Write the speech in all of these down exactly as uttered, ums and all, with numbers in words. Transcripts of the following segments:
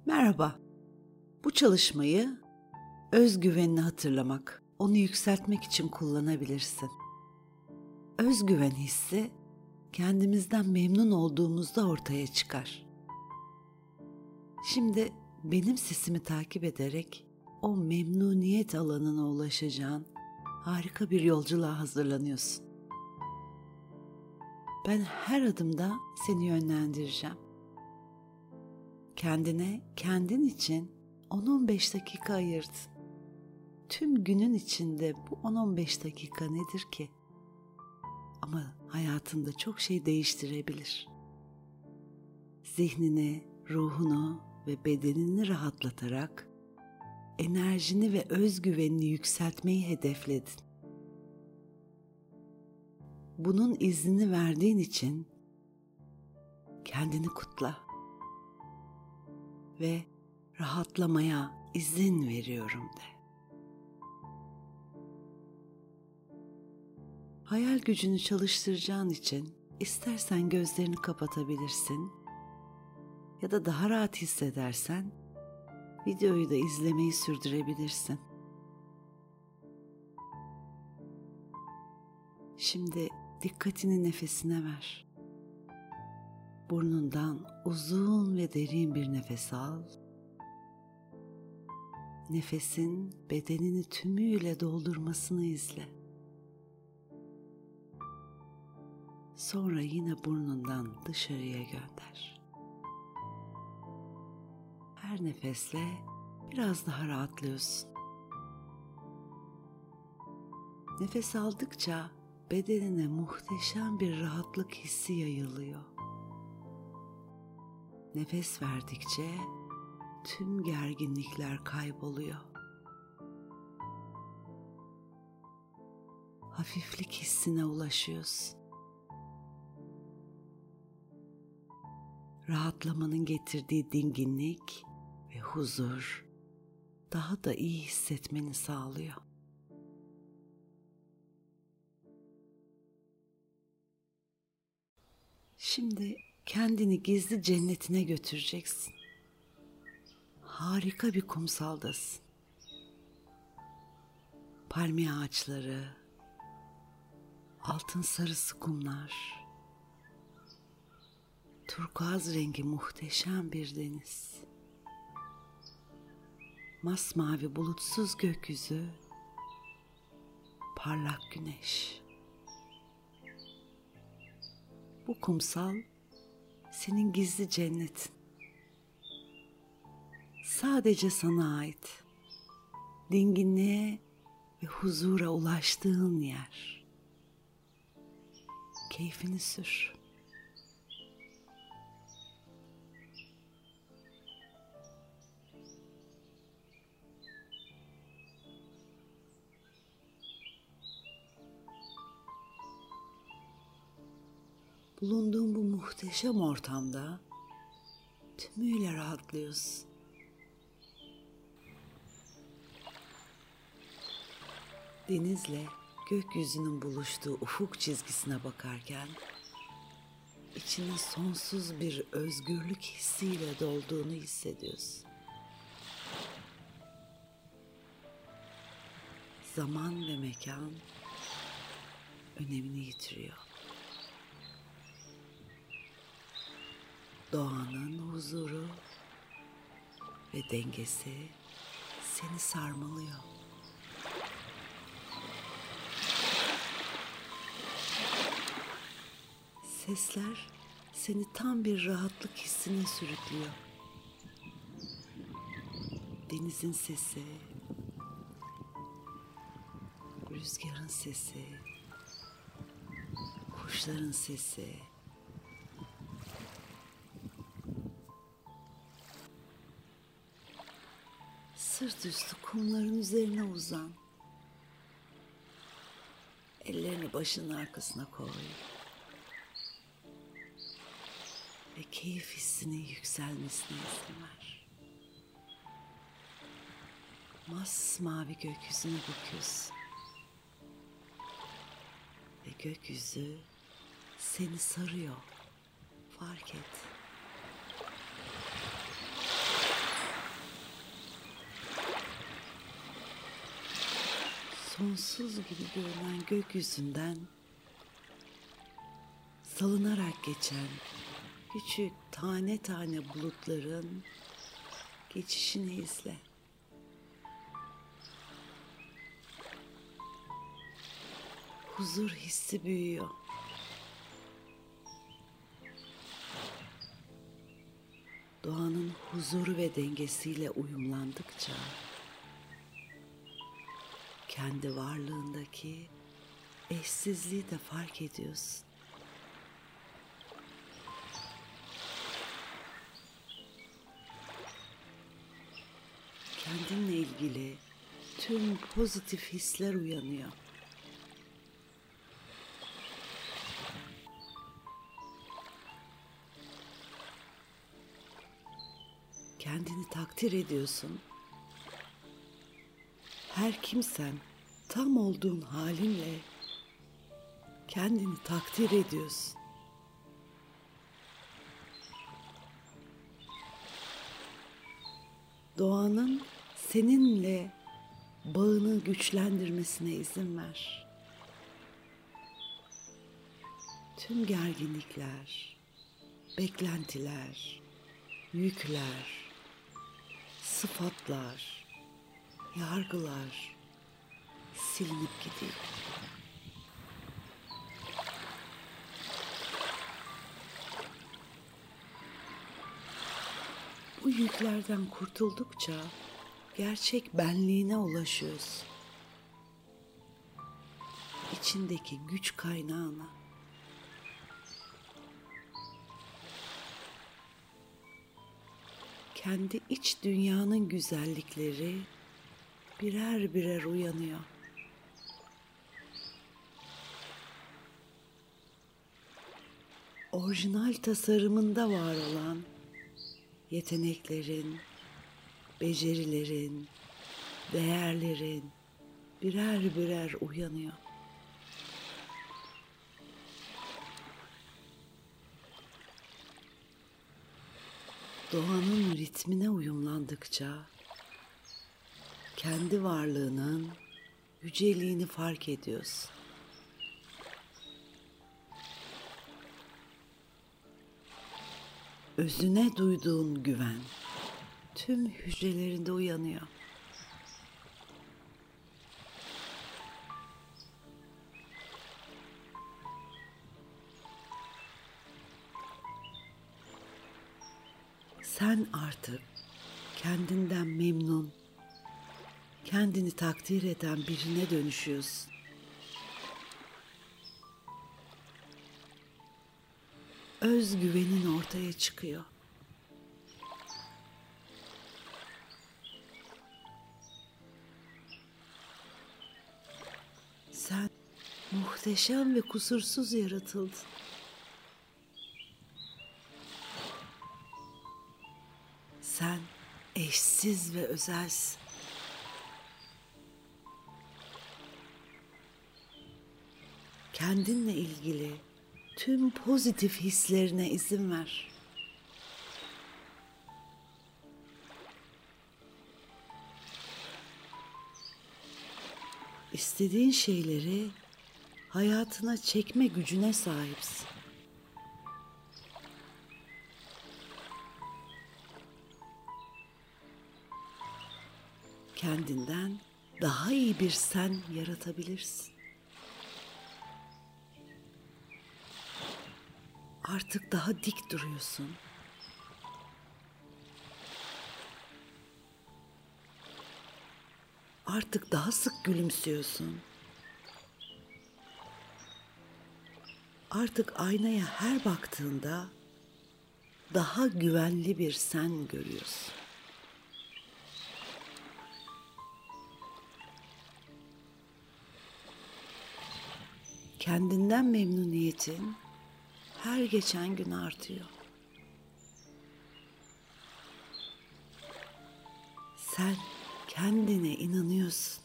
Merhaba. Bu çalışmayı özgüvenini hatırlamak, onu yükseltmek için kullanabilirsin. Özgüven hissi kendimizden memnun olduğumuzda ortaya çıkar. Şimdi benim sesimi takip ederek o memnuniyet alanına ulaşacağın harika bir yolculuğa hazırlanıyorsun. Ben her adımda seni yönlendireceğim. Kendine, kendin için on on beş dakika ayırdın. Tüm günün içinde bu on on beş dakika nedir ki? Ama hayatında çok şey değiştirebilir. Zihnini, ruhunu ve bedenini rahatlatarak enerjini ve özgüvenini yükseltmeyi hedefledin. Bunun iznini verdiğin için kendini kutla ve rahatlamaya izin veriyorum de. Hayal gücünü çalıştıracağın için istersen gözlerini kapatabilirsin ya da daha rahat hissedersen videoyu da izlemeyi sürdürebilirsin. Şimdi dikkatini nefesine ver. Burnundan uzun ve derin bir nefes al. Nefesin bedenini tümüyle doldurmasını izle. Sonra yine burnundan dışarıya gönder. Her nefesle biraz daha rahatlıyorsun. Nefes aldıkça bedenine muhteşem bir rahatlık hissi yayılıyor. Nefes verdikçe tüm gerginlikler kayboluyor. Hafiflik hissine ulaşıyorsun. Rahatlamanın getirdiği dinginlik ve huzur daha da iyi hissetmeni sağlıyor. Şimdi kendini gizli cennetine götüreceksin. Harika bir kumsaldasın. Palmiye ağaçları, altın sarısı kumlar, turkuaz rengi muhteşem bir deniz, masmavi bulutsuz gökyüzü, parlak güneş. Bu kumsal senin gizli cennetin. Sadece sana ait. Dinginliğe ve huzura ulaştığın yer. Keyfini sür. Bulunduğun bu muhteşem ortamda tümüyle rahatlıyorsun. Denizle gökyüzünün buluştuğu ufuk çizgisine bakarken içinin sonsuz bir özgürlük hissiyle dolduğunu hissediyorsun. Zaman ve mekan önemini yitiriyor. Doğanın huzuru ve dengesi seni sarmalıyor. Sesler seni tam bir rahatlık hissine sürüklüyor. Denizin sesi, rüzgarın sesi, kuşların sesi, sırt üstü kumların üzerine uzan. Ellerini başının arkasına koy. Ve keyif hissinin yükselmesine izin ver. Masmavi gökyüzüne bakıyorsun. Ve gökyüzü seni sarıyor. Fark et. sonsuz gibi görünen gökyüzünden salınarak geçen küçük tane tane bulutların geçişini izle. Huzur hissi büyüyor. Doğanın huzuru ve dengesiyle uyumlandıkça kendi varlığındaki eşsizliği de fark ediyorsun. Kendinle ilgili tüm pozitif hisler uyanıyor. Kendini takdir ediyorsun. Her kimsen tam olduğun halinle kendini takdir ediyorsun. Doğanın seninle bağını güçlendirmesine izin ver. Tüm gerginlikler, beklentiler, yükler, sıfatlar, yargılar silinip gidiyor. Bu yüklerden kurtuldukça gerçek benliğine ulaşıyorsun. İçindeki güç kaynağına. Kendi iç dünyanın güzellikleri birer birer uyanıyor. Orijinal tasarımında var olan yeteneklerin, becerilerin, değerlerin birer birer uyanıyor. Doğanın ritmine uyumlandıkça kendi varlığının yüceliğini fark ediyorsun. Özüne duyduğun güven tüm hücrelerinde uyanıyor. Sen artık kendinden memnun, kendini takdir eden birine dönüşüyorsun. Özgüvenin ortaya çıkıyor. Sen muhteşem ve kusursuz yaratıldın. Sen eşsiz ve özelsin. Kendinle ilgili tüm pozitif hislerine izin ver. İstediğin şeyleri hayatına çekme gücüne sahipsin. Kendinden daha iyi bir sen yaratabilirsin. Artık daha dik duruyorsun. Artık daha sık gülümsüyorsun. Artık aynaya her baktığında daha güvenli bir sen görüyorsun. Kendinden memnuniyetin her geçen gün artıyor. Sen kendine inanıyorsun.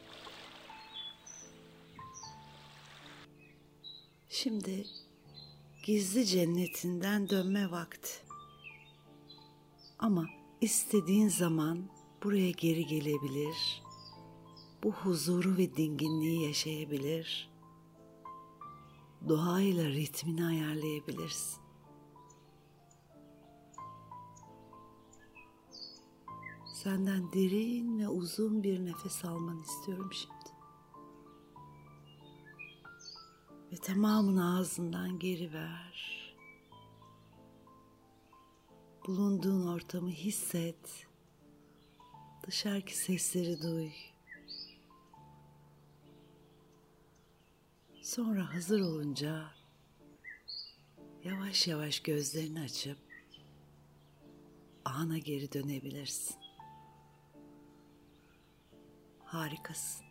Şimdi gizli cennetinden dönme vakti. Ama istediğin zaman buraya geri gelebilir, bu huzuru ve dinginliği yaşayabilir, doğayla ritmini ayarlayabilirsin. Senden derin ve uzun bir nefes almanı istiyorum şimdi. Ve tamamını ağzından geri ver. Bulunduğun ortamı hisset. Dışarıki sesleri duy. Sonra hazır olunca yavaş yavaş gözlerini açıp ana geri dönebilirsin. Harikasın.